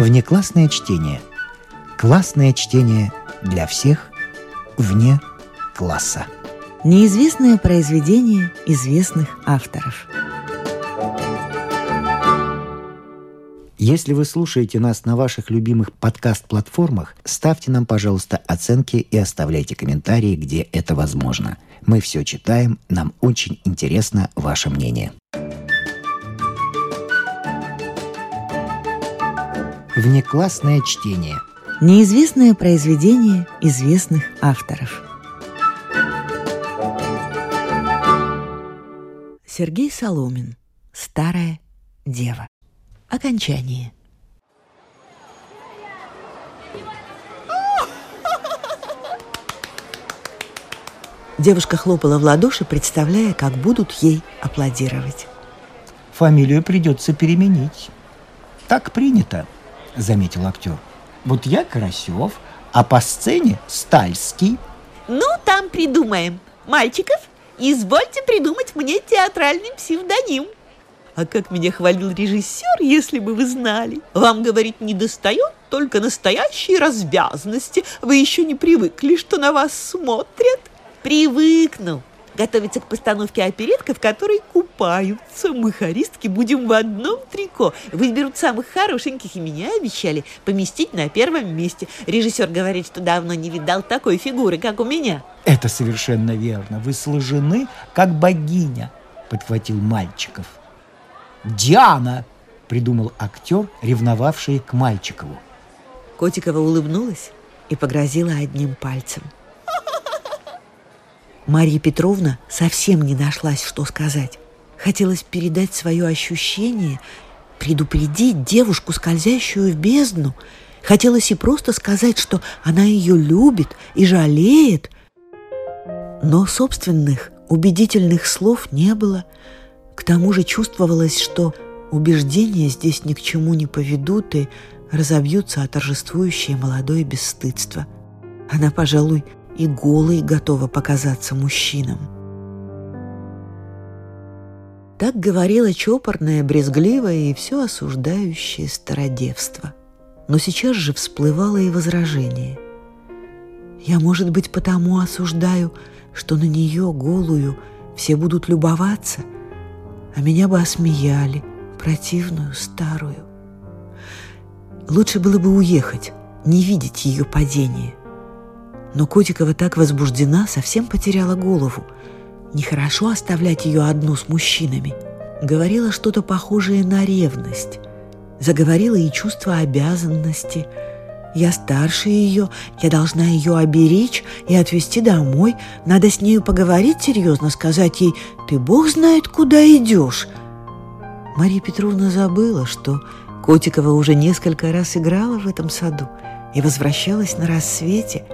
Внеклассное чтение. Классное чтение для всех вне класса. Неизвестное произведение известных авторов. Если вы слушаете нас на ваших любимых подкаст-платформах, ставьте нам, пожалуйста, оценки и оставляйте комментарии, где это возможно. Мы все читаем, нам очень интересно ваше мнение. Внеклассное чтение. Неизвестное произведение известных авторов. Сергей Соломин. Старая дева. Окончание. Девушка хлопала в ладоши, представляя, как будут ей аплодировать. Фамилию придется переменить. Так принято, заметил актер. Вот я Карасев, а по сцене Стальский. Ну, там придумаем. Мальчиков, извольте придумать мне театральный псевдоним. А как меня хвалил режиссер, если бы вы знали. Вам, говорит, не достает только настоящей развязности. Вы еще не привыкли, что на вас смотрят? Привыкну. Готовится к постановке оперетка, в которой купаются. Мы, хористки, будем в одном трико. Выберут самых хорошеньких, и меня обещали поместить на первом месте. Режиссер говорит, что давно не видал такой фигуры, как у меня. Это совершенно верно. Вы сложены, как богиня, подхватил Мальчиков. Диана, придумал актер, ревновавший к Мальчикову. Котикова улыбнулась и погрозила одним пальцем. Марья Петровна совсем не нашлась, что сказать. Хотелось передать свое ощущение, предупредить девушку, скользящую в бездну. Хотелось и просто сказать, что она ее любит и жалеет. Но собственных убедительных слов не было. К тому же чувствовалось, что убеждения здесь ни к чему не поведут и разобьются о торжествующее молодое бесстыдство. Она, пожалуй, и голой готова показаться мужчинам. Так говорило чопорное, брезгливое и все осуждающее стародевство. Но сейчас же всплывало и возражение. Я, может быть, потому осуждаю, что на нее, голую, все будут любоваться, а меня бы осмеяли, противную, старую. Лучше было бы уехать, не видеть ее падения. Но Котикова так возбуждена, совсем потеряла голову. Нехорошо оставлять ее одну с мужчинами. Говорила что-то похожее на ревность. Заговорила и чувство обязанности. Я старше ее, я должна ее оберечь и отвезти домой. Надо с нею поговорить серьезно, сказать ей: «Ты бог знает, куда идешь». Марья Петровна забыла, что Котикова уже несколько раз играла в этом саду и возвращалась на рассвете.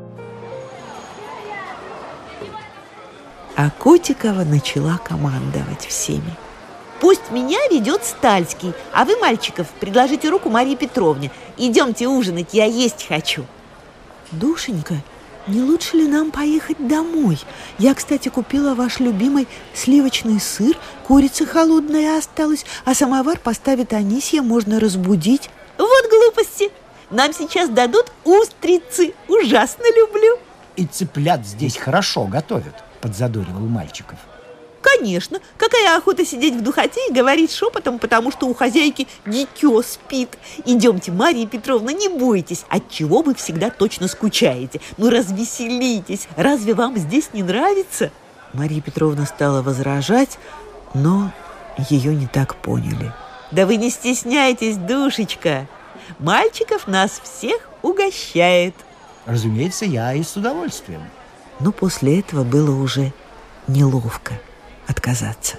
А Котикова начала командовать всеми. Пусть меня ведет Стальский, а вы, мальчиков, предложите руку Марье Петровне. Идемте ужинать, я есть хочу. Душенька, не лучше ли нам поехать домой? Я, кстати, купила ваш любимый сливочный сыр, курица холодная осталась, а самовар поставит Анисья, можно разбудить. Вот глупости. Нам сейчас дадут устрицы. Ужасно люблю. И цыплят здесь хорошо готовят, подзадоривал Мальчиков. Конечно, какая охота сидеть в духоте и говорить шепотом, потому что у хозяйки дитё спит. Идемте, Марья Петровна, не бойтесь. Отчего вы всегда точно скучаете? Ну, развеселитесь. Разве вам здесь не нравится? Марья Петровна стала возражать, но ее не так поняли. Да вы не стесняйтесь, душечка. Мальчиков нас всех угощает. Разумеется, я и с удовольствием. Но после этого было уже неловко отказаться.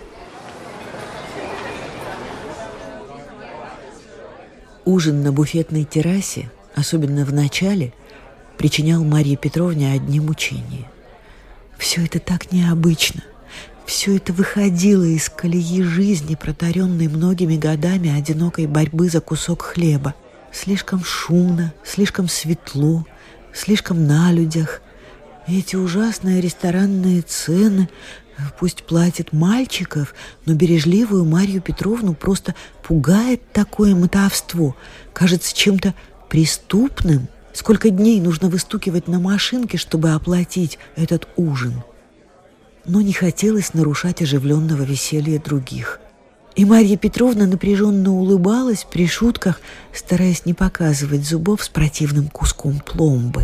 Ужин на буфетной террасе, особенно в начале, причинял Марье Петровне одни мучения. Все это так необычно. Все это выходило из колеи жизни, протаренной многими годами одинокой борьбы за кусок хлеба. Слишком шумно, слишком светло, слишком на людях. И эти ужасные ресторанные цены, Пусть платит мальчиков, но бережливую Марью Петровну просто пугает такое мотовство. Кажется чем-то преступным. Сколько дней нужно выстукивать на машинке, чтобы оплатить этот ужин. Но не хотелось нарушать оживленного веселья других. И Марья Петровна напряженно улыбалась при шутках, стараясь не показывать зубов с противным куском пломбы.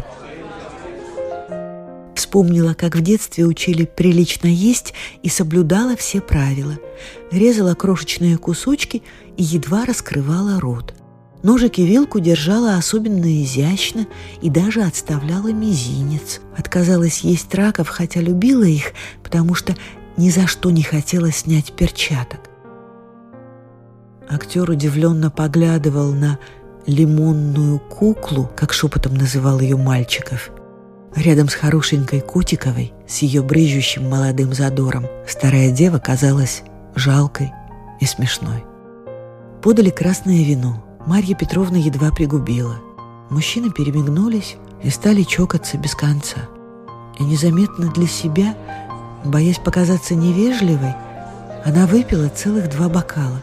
Вспомнила, как в детстве учили прилично есть, и соблюдала все правила. Резала крошечные кусочки и едва раскрывала рот. Ножик и вилку держала особенно изящно и даже отставляла мизинец. Отказалась есть раков, хотя любила их, потому что ни за что не хотела снять перчаток. Актер удивленно поглядывал на лимонную куклу, как шепотом называл ее Мальчиков. Рядом с хорошенькой Котиковой, с ее брызжущим молодым задором, старая дева казалась жалкой и смешной. Подали красное вино. Марья Петровна едва пригубила. Мужчины перемигнулись и стали чокаться без конца. И незаметно для себя, боясь показаться невежливой, она выпила целых 2 бокала.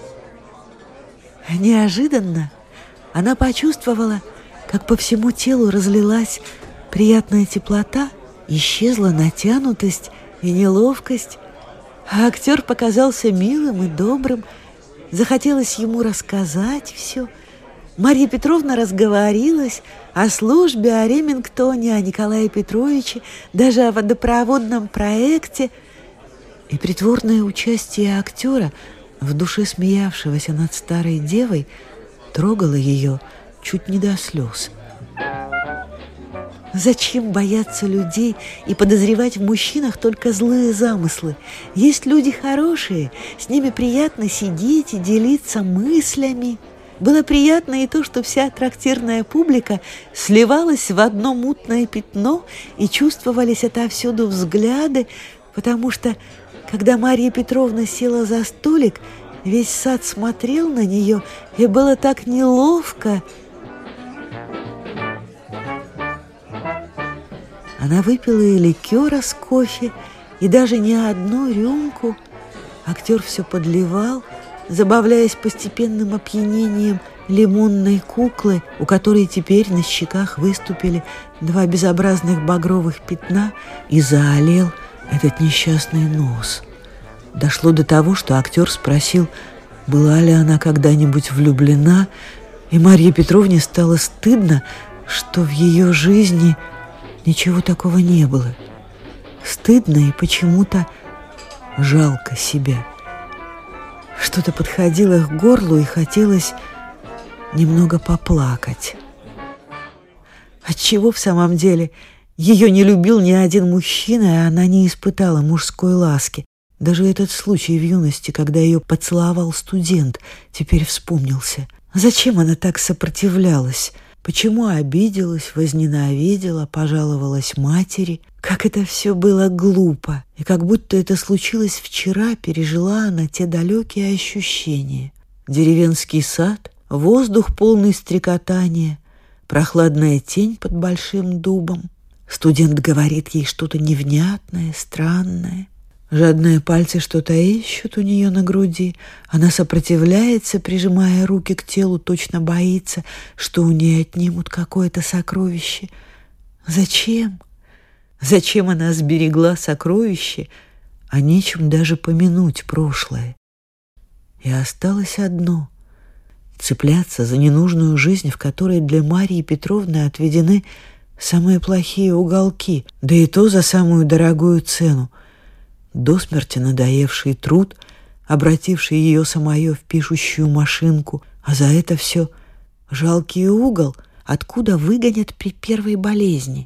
Неожиданно она почувствовала, как по всему телу разлилась приятная теплота, исчезла натянутость и неловкость, а актер показался милым и добрым. Захотелось ему рассказать все. Марья Петровна разговорилась о службе, о Ремингтоне, о Николае Петровиче, даже о водопроводном проекте. И притворное участие актера, в душе смеявшегося над старой девой, трогало ее чуть не до слез. Зачем бояться людей и подозревать в мужчинах только злые замыслы? Есть люди хорошие, с ними приятно сидеть и делиться мыслями. Было приятно и то, что вся трактирная публика сливалась в одно мутное пятно и чувствовались отовсюду взгляды, потому что, когда Марья Петровна села за столик, весь сад смотрел на нее, и было так неловко. Она выпила и ликера с кофе, и даже не одну рюмку. Актер все подливал, забавляясь постепенным опьянением лимонной куклы, у которой теперь на щеках выступили 2 безобразных багровых пятна, и заолел этот несчастный нос. Дошло до того, что актер спросил, была ли она когда-нибудь влюблена, и Марье Петровне стало стыдно, что в ее жизни ничего такого не было. Стыдно и почему-то жалко себя. Что-то подходило к горлу, и хотелось немного поплакать. Отчего в самом деле ее не любил ни один мужчина, и она не испытала мужской ласки? Даже этот случай в юности, когда ее поцеловал студент, теперь вспомнился. Зачем она так сопротивлялась? Почему обиделась, возненавидела, пожаловалась матери? Как это все было глупо! И как будто это случилось вчера, пережила она те далекие ощущения. Деревенский сад, воздух полный стрекотания, прохладная тень под большим дубом. Студент говорит ей что-то невнятное, странное. Жадные пальцы что-то ищут у нее на груди. Она сопротивляется, прижимая руки к телу, точно боится, что у нее отнимут какое-то сокровище. Зачем? Зачем она сберегла сокровище, а нечем даже помянуть прошлое? И осталось одно — цепляться за ненужную жизнь, в которой для Марьи Петровны отведены самые плохие уголки, да и то за самую дорогую цену. До смерти надоевший труд, обративший ее самое в пишущую машинку, а за это все жалкий угол, откуда выгонят при первой болезни.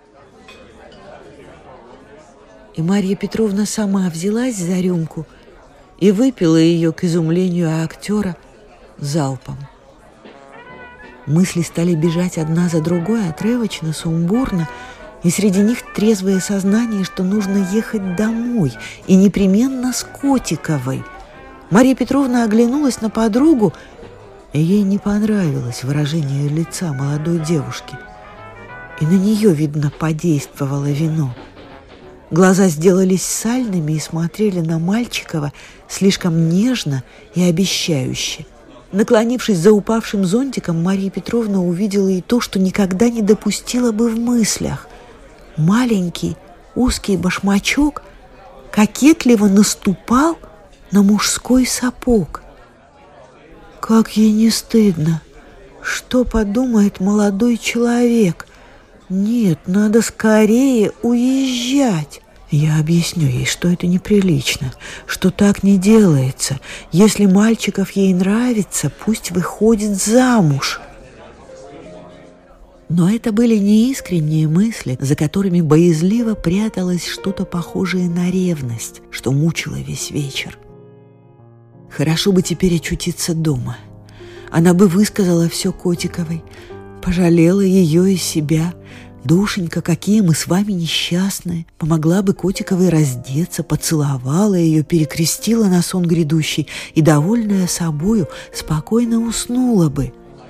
И Марья Петровна сама взялась за рюмку и выпила ее, к изумлению актера, залпом. Мысли стали бежать одна за другой, отрывочно, сумбурно, и среди них трезвое сознание, что нужно ехать домой, и непременно с Котиковой. Марья Петровна оглянулась на подругу, и ей не понравилось выражение лица молодой девушки. И на нее, видно, подействовало вино. Глаза сделались сальными и смотрели на Мальчикова слишком нежно и обещающе. Наклонившись за упавшим зонтиком, Мария Петровна увидела и то, что никогда не допустила бы в мыслях. Маленький узкий башмачок кокетливо наступал на мужской сапог. Как ей не стыдно! Что подумает молодой человек? Нет, надо скорее уезжать. Я объясню ей, что это неприлично, что так не делается. Если Мальчиков ей нравится, пусть выходит замуж. Но это были неискренние мысли, за которыми боязливо пряталось что-то похожее на ревность, что мучило весь вечер. Хорошо бы теперь очутиться дома. Она бы высказала все Котиковой, пожалела ее и себя. «Душенька, какие мы с вами несчастные!» Помогла бы Котиковой раздеться, поцеловала ее, перекрестила на сон грядущий и, довольная собою, спокойно уснула бы.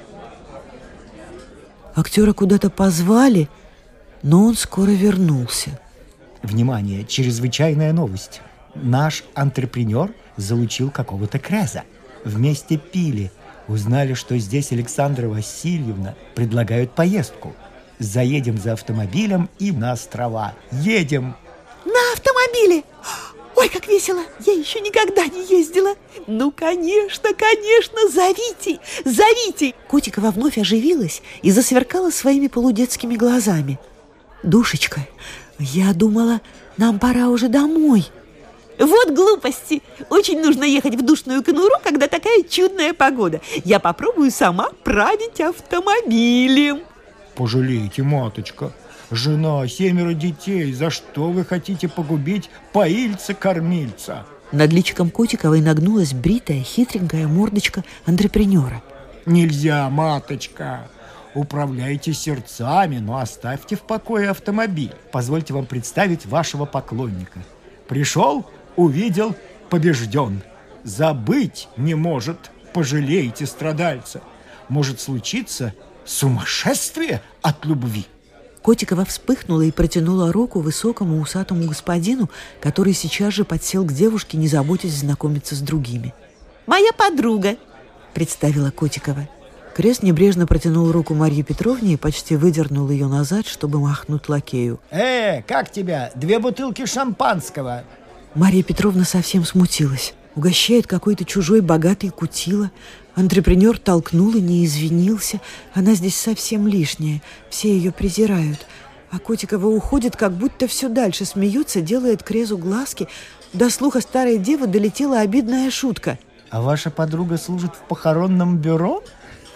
Актера куда-то позвали, но он скоро вернулся. Внимание, чрезвычайная новость. Наш антрепренер залучил какого-то Креза. Вместе пили. Узнали, что здесь Александра Васильевна предлагают поездку. Заедем за автомобилем и на острова. Едем! На автомобиле! Ой, как весело! Я еще никогда не ездила. Ну, конечно, зовите, зовите! Котикова вновь оживилась и засверкала своими полудетскими глазами. «Душечка, я думала, нам пора уже домой». Вот глупости! Очень нужно ехать в душную конуру, когда такая чудная погода. Я попробую сама править автомобилем. Пожалейте, маточка. Жена, 7 детей. За что вы хотите погубить поильца-кормильца? Над личиком Котиковой нагнулась бритая, хитренькая мордочка антрепренера. Нельзя, маточка. Управляйте сердцами, но оставьте в покое автомобиль. Позвольте вам представить вашего поклонника. Пришел, увидел, побежден. Забыть не может. Пожалейте страдальца. Может случиться сумасшествие от любви. Котикова вспыхнула и протянула руку высокому усатому господину, который сейчас же подсел к девушке, не заботясь знакомиться с другими. «Моя подруга», — представила Котикова. Крест небрежно протянул руку Марье Петровне и почти выдернул ее назад, чтобы махнуть лакею. Как тебя? 2 бутылки шампанского. Марья Петровна совсем смутилась. Угощает какой-то чужой богатый кутила. Антрепренер толкнул и не извинился. Она здесь совсем лишняя. Все ее презирают. А Котикова уходит, как будто все дальше смеется, делает Крезу глазки. До слуха старой девы долетела обидная шутка. А ваша подруга служит в похоронном бюро?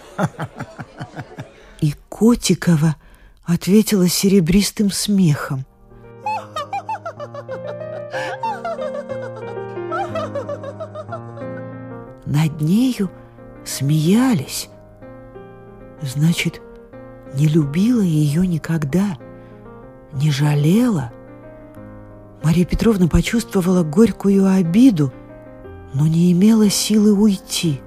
И Котикова ответила серебристым смехом. Над нею смеялись. Значит, не любила ее никогда, не жалела. Мария Петровна почувствовала горькую обиду, но не имела силы уйти.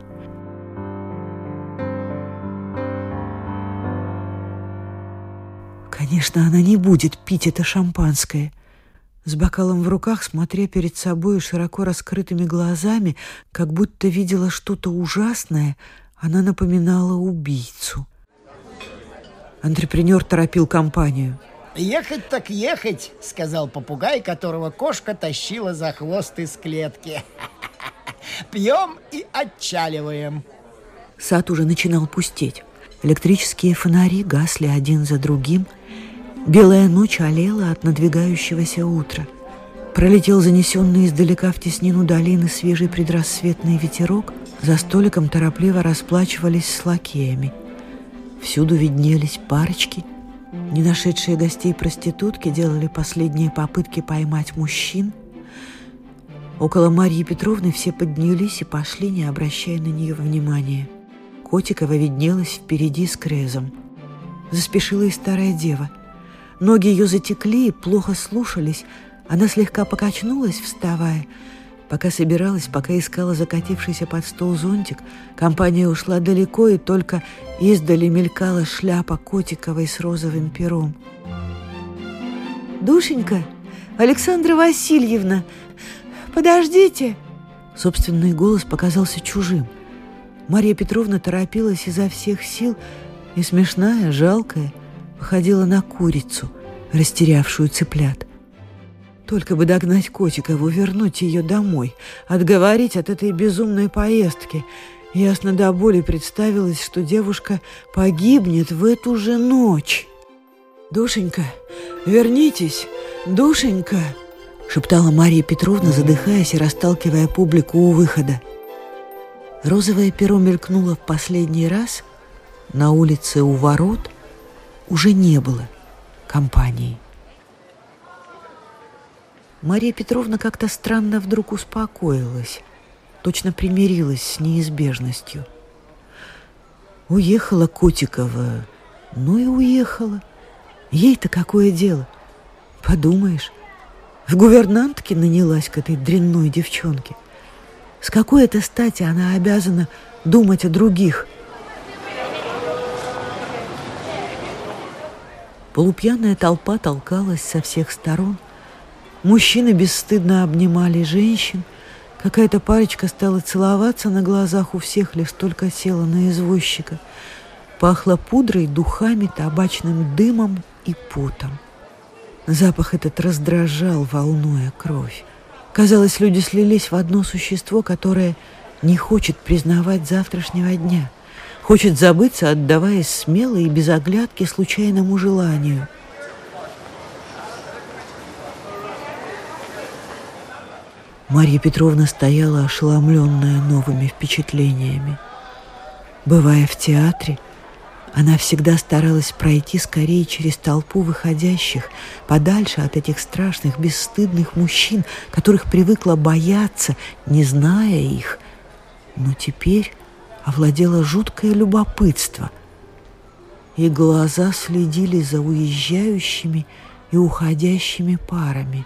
Конечно, она не будет пить это шампанское. С бокалом в руках, смотря перед собой широко раскрытыми глазами, как будто видела что-то ужасное, она напоминала убийцу. Антрепренер торопил компанию. «Ехать так ехать», — сказал попугай, которого кошка тащила за хвост из клетки. «Пьем и отчаливаем». Сад уже начинал пустеть. Электрические фонари гасли один за другим. Белая ночь олела от надвигающегося утра. Пролетел занесенный издалека в теснину долины свежий предрассветный ветерок. За столиком торопливо расплачивались с лакеями. Всюду виднелись парочки. Не нашедшие гостей проститутки делали последние попытки поймать мужчин. Около Марьи Петровны все поднялись и пошли, не обращая на нее внимания. Котикова виднелась впереди с Крезом. Заспешила и старая дева. Ноги ее затекли и плохо слушались. Она слегка покачнулась, вставая. Пока собиралась, пока искала закатившийся под стол зонтик, компания ушла далеко, и только издали мелькала шляпа Котиковой с розовым пером. «Душенька, Александра Васильевна, подождите!» Собственный голос показался чужим. Мария Петровна торопилась изо всех сил и, смешная, жалкая, походила на курицу, растерявшую цыплят. Только бы догнать Котикову, вернуть ее домой, отговорить от этой безумной поездки. Ясно до боли представилось, что девушка погибнет в эту же ночь. «Душенька, вернитесь, Душенька!» — шептала Мария Петровна, задыхаясь и расталкивая публику у выхода. Розовое перо мелькнуло в последний раз. На улице у ворот уже не было компании. Мария Петровна как-то странно вдруг успокоилась, точно примирилась с неизбежностью. Уехала Котикова, ну и уехала. Ей-то какое дело? Подумаешь, в гувернантке нанялась к этой дрянной девчонке. С какой это стати она обязана думать о других? Полупьяная толпа толкалась со всех сторон. Мужчины бесстыдно обнимали женщин. Какая-то парочка стала целоваться на глазах у всех, лишь только села на извозчика. Пахло пудрой, духами, табачным дымом и потом. Запах этот раздражал, волнуя кровь. Казалось, люди слились в одно существо, которое не хочет признавать завтрашнего дня, хочет забыться, отдаваясь смело и без оглядки случайному желанию. Марья Петровна стояла ошеломленная новыми впечатлениями. Бывая в театре, она всегда старалась пройти скорее через толпу выходящих, подальше от этих страшных, бесстыдных мужчин, которых привыкла бояться, не зная их. Но теперь овладело жуткое любопытство, и глаза следили за уезжающими и уходящими парами.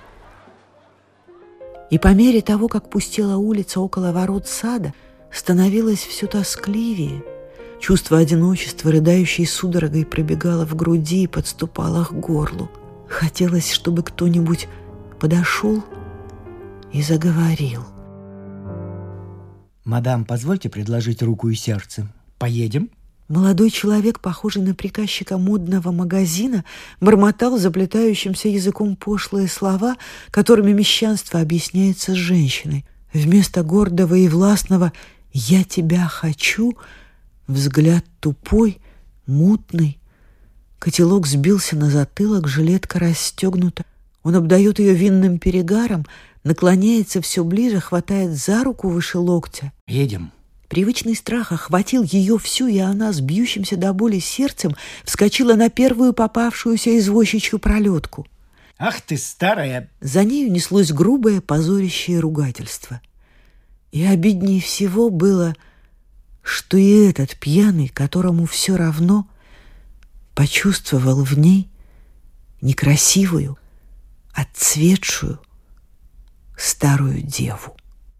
И по мере того, как пустела улица около ворот сада, становилось все тоскливее. Чувство одиночества, рыдающей судорогой, пробегало в груди и подступало к горлу. Хотелось, чтобы кто-нибудь подошел и заговорил. «Мадам, позвольте предложить руку и сердце. Поедем?» Молодой человек, похожий на приказчика модного магазина, бормотал заплетающимся языком пошлые слова, которыми мещанство объясняется с женщиной. Вместо гордого и властного «я тебя хочу» взгляд тупой, мутный. Котелок сбился на затылок, жилетка расстегнута. Он обдает ее винным перегаром, наклоняется все ближе, хватает за руку выше локтя. «Едем». Привычный страх охватил ее всю, и она с бьющимся до боли сердцем вскочила на первую попавшуюся извозчичью пролетку. «Ах ты, старая!» За нею неслось грубое, позорящее ругательство. И обиднее всего было, что и этот пьяный, которому все равно, почувствовал в ней некрасивую, отцветшую старую деву.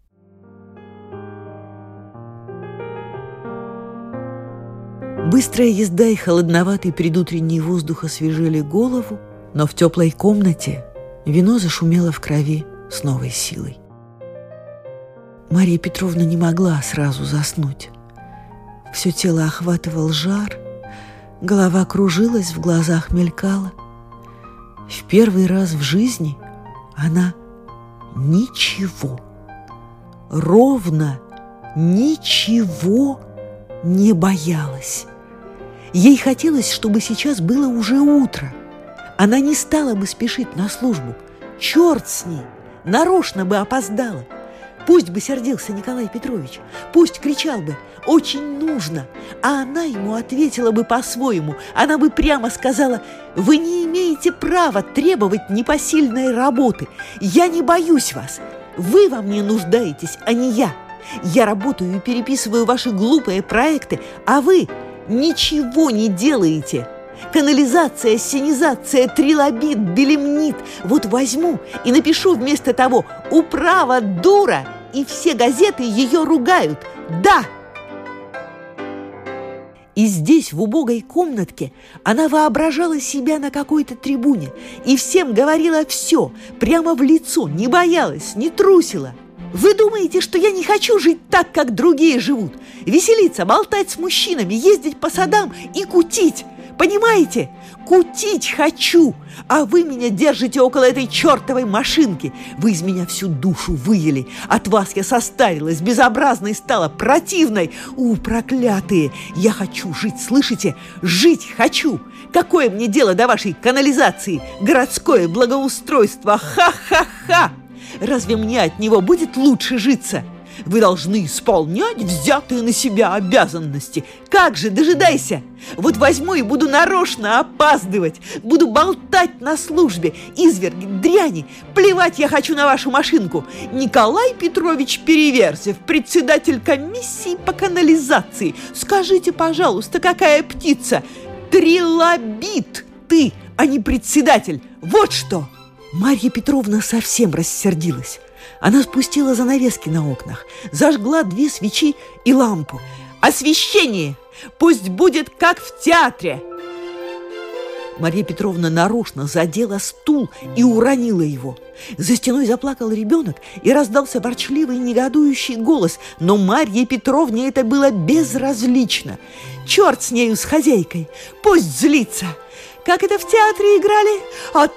Быстрая езда и холодноватый предутренний воздух освежили голову, но в теплой комнате вино зашумело в крови с новой силой. Мария Петровна не могла сразу заснуть. Все тело охватывал жар, голова кружилась, в глазах мелькала. В первый раз в жизни она ничего, ровно ничего не боялась. Ей хотелось, чтобы сейчас было уже утро. Она не стала бы спешить на службу. Черт с ней! Нарочно бы опоздала. Пусть бы сердился Николай Петрович, пусть кричал бы «очень нужно», а она ему ответила бы по-своему. Она бы прямо сказала: «Вы не имеете права требовать непосильной работы. Я не боюсь вас. Вы во мне нуждаетесь, а не я. Я работаю и переписываю ваши глупые проекты, а вы ничего не делаете. Канализация, ассенизация, трилобит, белемнит. Вот возьму и напишу вместо того «Управа дура», и все газеты ее ругают. Да!» И здесь, в убогой комнатке, она воображала себя на какой-то трибуне и всем говорила все, прямо в лицо, не боялась, не трусила. Вы думаете, что я не хочу жить так, как другие живут? Веселиться, болтать с мужчинами, ездить по садам и кутить? Понимаете? Кутить хочу, а вы меня держите около этой чертовой машинки. Вы из меня всю душу выели. От вас я состарилась, безобразной стала, противной. Проклятые! Я хочу жить, слышите? Жить хочу! Какое мне дело до вашей канализации? Городское благоустройство! Ха-ха-ха! Разве мне от него будет лучше житься? Вы должны исполнять взятые на себя обязанности. Как же, дожидайся! Вот возьму и буду нарочно опаздывать. Буду болтать на службе. Изверги, дряни. Плевать я хочу на вашу машинку. Николай Петрович Переверзев, председатель комиссии по канализации. Скажите, пожалуйста, какая птица? Трилобит ты, а не председатель. Вот что! Марья Петровна совсем рассердилась. Она спустила занавески на окнах, зажгла 2 свечи и лампу. «Освещение! Пусть будет как в театре!» Марья Петровна нарочно задела стул и уронила его. За стеной заплакал ребенок, и раздался ворчливый негодующий голос, но Марье Петровне это было безразлично. «Черт с нею, с хозяйкой! Пусть злится! Как это в театре играли? А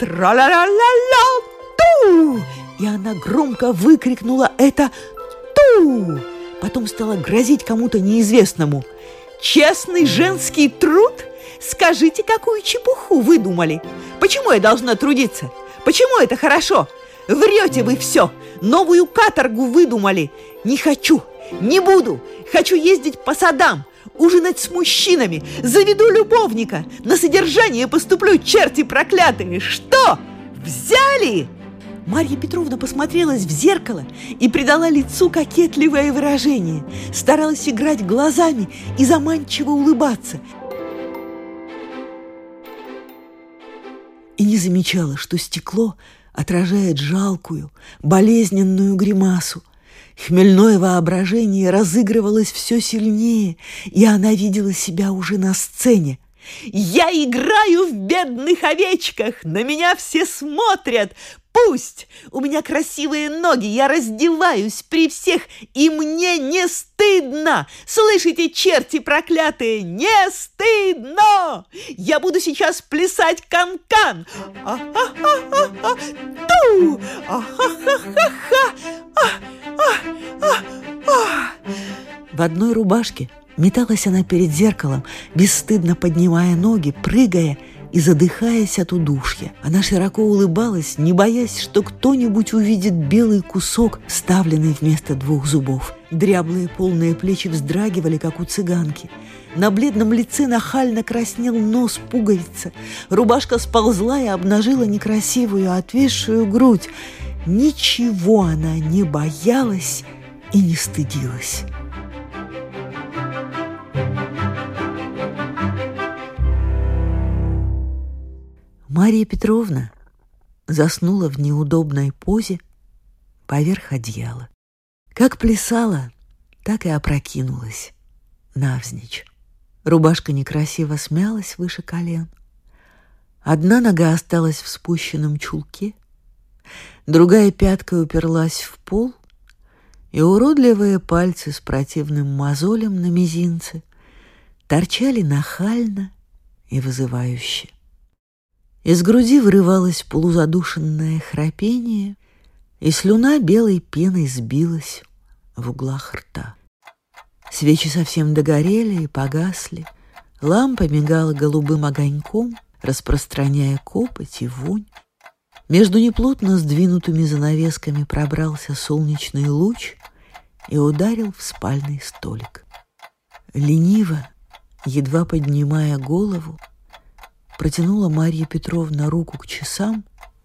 тра-ла-ла-ла-ла-ту!» И она громко выкрикнула это «ту!». Потом стала грозить кому-то неизвестному. «Честный женский труд? Скажите, какую чепуху выдумали? Почему я должна трудиться? Почему это хорошо? Врете вы все! Новую каторгу выдумали! Не хочу, не буду! Хочу ездить по садам, ужинать с мужчинами, заведу любовника, на содержание поступлю, черти проклятые! Что? Взяли?» Марья Петровна посмотрелась в зеркало и придала лицу кокетливое выражение, старалась играть глазами и заманчиво улыбаться. И не замечала, что стекло отражает жалкую, болезненную гримасу. Хмельное воображение разыгрывалось все сильнее, и она видела себя уже на сцене. «Я играю в бедных овечках, на меня все смотрят. Пусть! У меня красивые ноги, я раздеваюсь при всех, и мне не стыдно! Слышите, черти проклятые, не стыдно! Я буду сейчас плясать канкан! А-ха-ха-ха-ха! Ту! А-ха-ха-ха-ха! А-а-а-а! В одной рубашке металась она перед зеркалом, бесстыдно поднимая ноги, прыгая и задыхаясь от удушья. Она широко улыбалась, не боясь, что кто-нибудь увидит белый кусок, вставленный вместо 2 зубов. Дряблые полные плечи вздрагивали, как у цыганки. На бледном лице нахально краснел нос пуговица. Рубашка сползла и обнажила некрасивую, отвисшую грудь. Ничего она не боялась и не стыдилась. Марья Петровна заснула в неудобной позе поверх одеяла. Как плясала, так и опрокинулась навзничь. Рубашка некрасиво смялась выше колен. Одна нога осталась в спущенном чулке, другая пяткой уперлась в пол, и уродливые пальцы с противным мозолем на мизинце торчали нахально и вызывающе. Из груди вырывалось полузадушенное храпение, и слюна белой пеной сбилась в углах рта. Свечи совсем догорели и погасли, лампа мигала голубым огоньком, распространяя копоть и вонь. Между неплотно сдвинутыми занавесками пробрался солнечный луч и ударил в спальный столик. Лениво, едва поднимая голову, протянула Марья Петровна руку к часам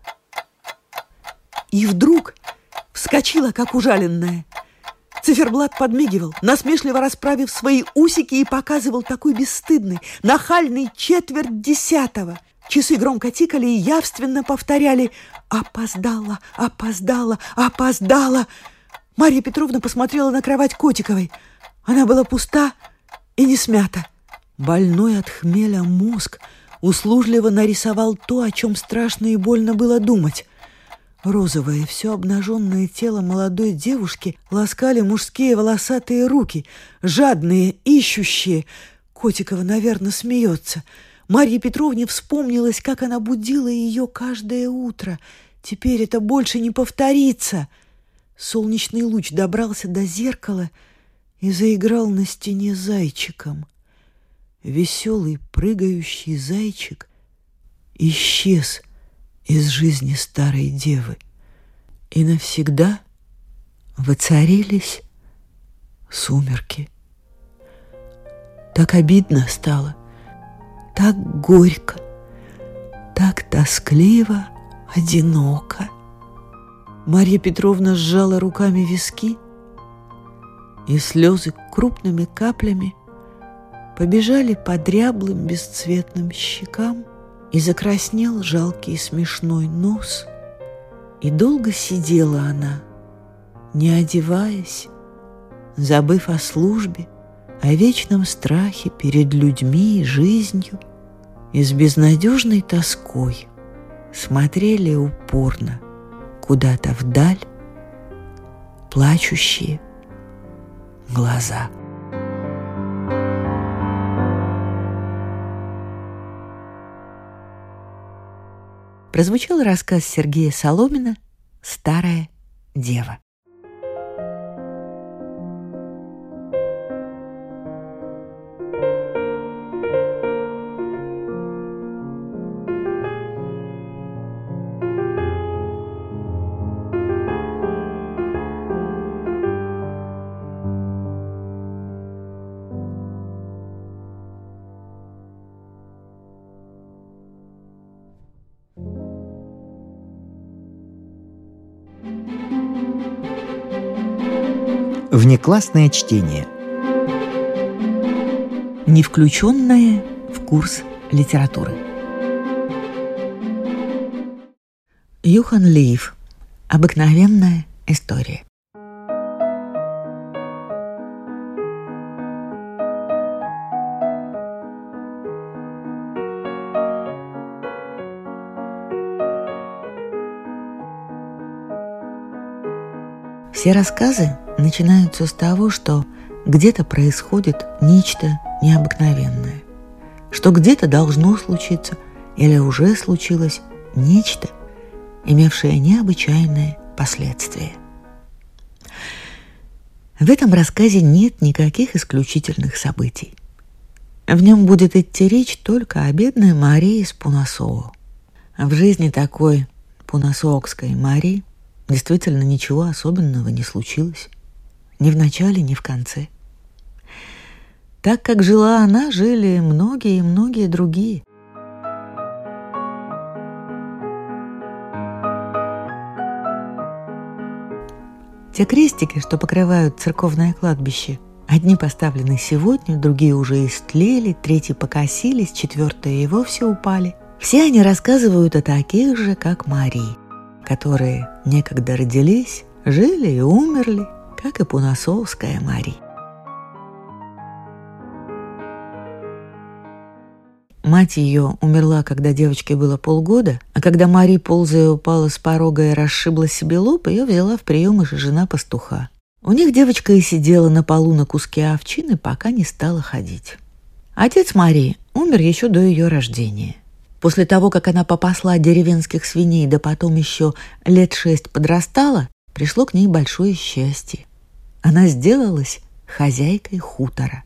и вдруг вскочила, как ужаленная. Циферблат подмигивал, насмешливо расправив свои усики, и показывал такой бесстыдный, нахальный 9:45. Часы громко тикали и явственно повторяли: «Опоздала, опоздала, опоздала». Марья Петровна посмотрела на кровать Котиковой. Она была пуста и не смята. Больной от хмеля мозг услужливо нарисовал то, о чем страшно и больно было думать. Розовое, все обнаженное тело молодой девушки ласкали мужские волосатые руки, жадные, ищущие. Котикова, наверное, смеется. Марье Петровне вспомнилось, как она будила ее каждое утро. Теперь это больше не повторится. Солнечный луч добрался до зеркала и заиграл на стене зайчиком. Веселый, прыгающий зайчик исчез из жизни старой девы, и навсегда воцарились сумерки. Так обидно стало, так горько, так тоскливо, одиноко. Марья Петровна сжала руками виски, и слезы крупными каплями побежали по дряблым бесцветным щекам, и закраснел жалкий смешной нос. И долго сидела она, не одеваясь, забыв о службе, о вечном страхе перед людьми и жизнью, и с безнадежной тоской смотрели упорно куда-то вдаль плачущие глаза. Прозвучал рассказ Сергея Соломина «Старая дева». Внеклассное чтение. Не включенное в курс литературы. Юхан Лиев. Обыкновенная история. Все рассказы начинаются с того, что где-то происходит нечто необыкновенное, что где-то должно случиться или уже случилось нечто, имевшее необычайные последствия. В этом рассказе нет никаких исключительных событий. В нем будет идти речь только о бедной Марии из Пунасоо. В жизни такой пунасоокской Марии действительно ничего особенного не случилось. Ни в начале, ни в конце. Так как жила она, жили многие и многие другие. Те крестики, что покрывают церковное кладбище, одни поставлены сегодня, другие уже истлели, третьи покосились, четвертые и вовсе упали. Все они рассказывают о таких же, как Марии, которые некогда родились, жили и умерли, как и пунасоовская Мария. Мать ее умерла, когда девочке было полгода, а когда Мария, ползая, упала с порога и расшибла себе лоб, ее взяла в прием жена пастуха. У них девочка и сидела на полу на куске овчины, пока не стала ходить. Отец Марии умер еще до ее рождения. После того, как она попасла деревенских свиней, да потом еще 6 лет подрастала, пришло к ней большое счастье. Она сделалась хозяйкой хутора.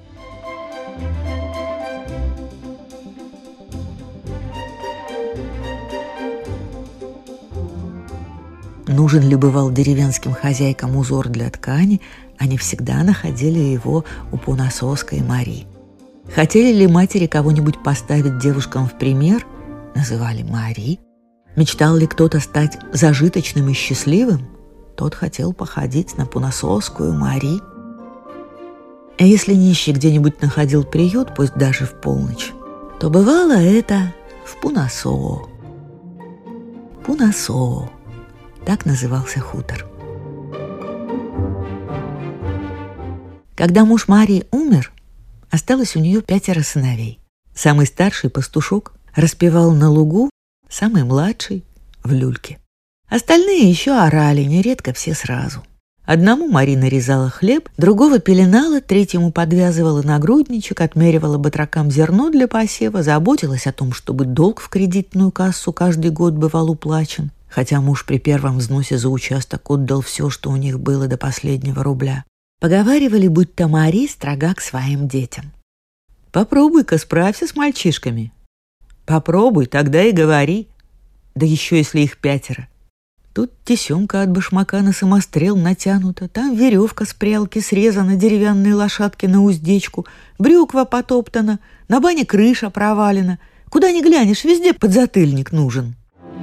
Нужен ли бывал деревенским хозяйкам узор для ткани, они всегда находили его у пунасоской Марии. Хотели ли матери кого-нибудь поставить девушкам в пример, называли Марии. Мечтал ли кто-то стать зажиточным и счастливым, тот хотел походить на пунасоскую Марии. А если нищий где-нибудь находил приют, пусть даже в полночь, то бывало это в Пунасоо. Пунасоо. Так назывался хутор. Когда муж Марии умер, осталось у нее 5 сыновей. Самый старший, пастушок, распевал на лугу, самый младший — в люльке. Остальные еще орали, нередко все сразу. Одному Марина резала хлеб, другого пеленала, третьему подвязывала нагрудничек, отмеривала батракам зерно для посева, заботилась о том, чтобы долг в кредитную кассу каждый год бывал уплачен, хотя муж при первом взносе за участок отдал все, что у них было до последнего рубля. Поговаривали, будто Мари строга к своим детям. «Попробуй-ка справься с мальчишками». «Попробуй, тогда и говори. Да еще если их 5. Тут тесемка от башмака на самострел натянута, там веревка с прялки срезана, деревянные лошадки на уздечку, брюква потоптана, на бане крыша провалена. Куда ни глянешь, везде подзатыльник нужен».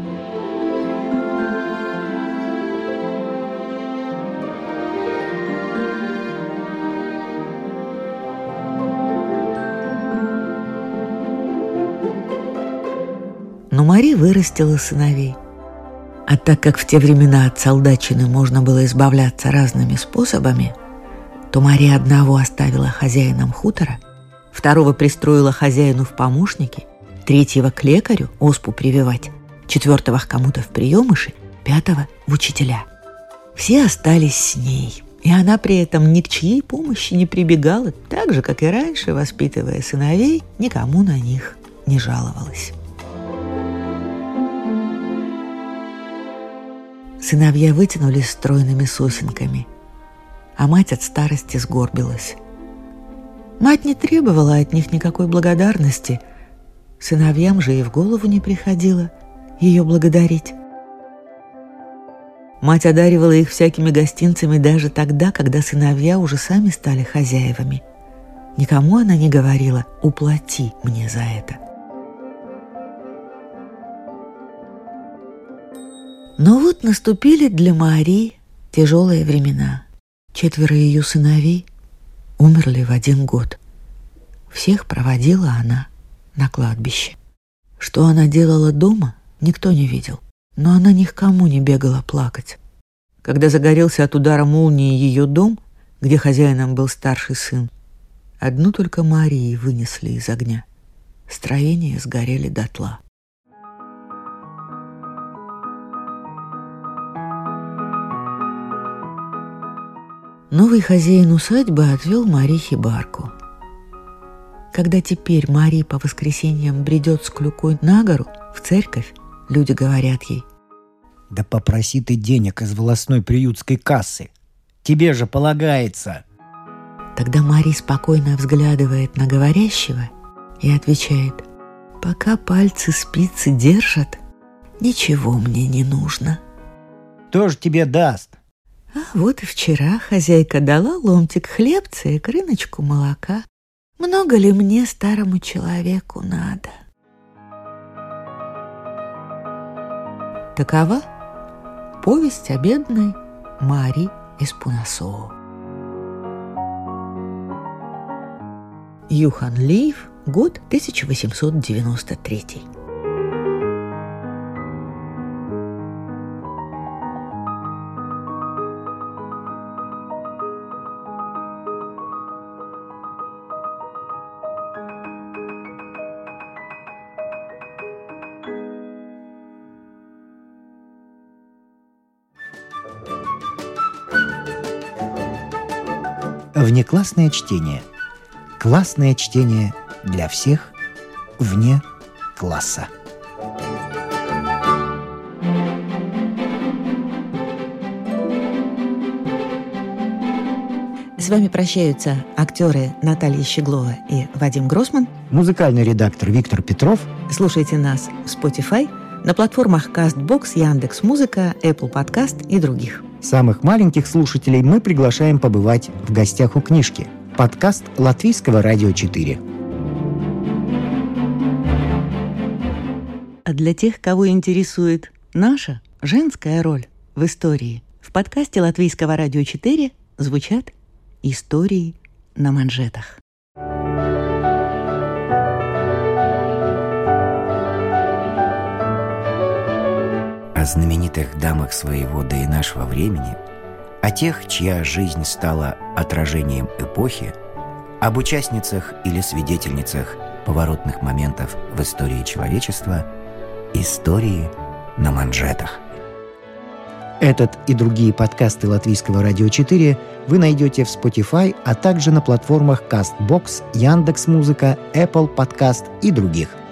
Но Мари вырастила сыновей. А так как в те времена от солдатчины можно было избавляться разными способами, то Мария одного оставила хозяином хутора, второго пристроила хозяину в помощники, третьего к лекарю оспу прививать, 4 к кому-то в приемыши, 5 в учителя. Все остались с ней, и она при этом ни к чьей помощи не прибегала, так же, как и раньше, воспитывая сыновей, никому на них не жаловалась. Сыновья вытянулись стройными сосенками, а мать от старости сгорбилась. Мать не требовала от них никакой благодарности, сыновьям же и в голову не приходило ее благодарить. Мать одаривала их всякими гостинцами даже тогда, когда сыновья уже сами стали хозяевами. Никому она не говорила «уплати мне за это». Но вот наступили для Марии тяжелые времена. 4 ее сыновей умерли в 1 год. Всех проводила она на кладбище. Что она делала дома, никто не видел, но она ни к кому не бегала плакать. Когда загорелся от удара молнии ее дом, где хозяином был старший сын, одну только Марии вынесли из огня. Строения сгорели дотла. Новый хозяин усадьбы отвел Мари хибарку. Когда теперь Мари по воскресеньям бредет с клюкой на гору, в церковь, люди говорят ей: «Да попроси ты денег из волосной приютской кассы. Тебе же полагается». Тогда Мари спокойно взглядывает на говорящего и отвечает: «Пока пальцы спицы держат, ничего мне не нужно». «Кто же тебе даст?» А вот и вчера хозяйка дала ломтик хлебца и крыночку молока. Много ли мне, старому человеку, надо? Такова повесть о бедной Мари из Пунасоо. Юхан Лиев, год 1893. Внеклассное чтение. Классное чтение для всех вне класса. С вами прощаются актеры Наталья Щеглова и Вадим Гроссман. Музыкальный редактор Виктор Петров. Слушайте нас в Spotify, на платформах CastBox, Яндекс.Музыка, Apple Podcast и других. Самых маленьких слушателей мы приглашаем побывать в гостях у книжки. Подкаст Латвийского радио 4. А для тех, кого интересует наша женская роль в истории, в подкасте Латвийского радио 4 звучат истории на манжетах. О знаменитых дамах своего, да и нашего времени, о тех, чья жизнь стала отражением эпохи, об участницах или свидетельницах поворотных моментов в истории человечества, истории на манжетах. Этот и другие подкасты Латвийского радио 4 вы найдете в Spotify, а также на платформах CastBox, Яндекс.Музыка, Apple Podcast и других.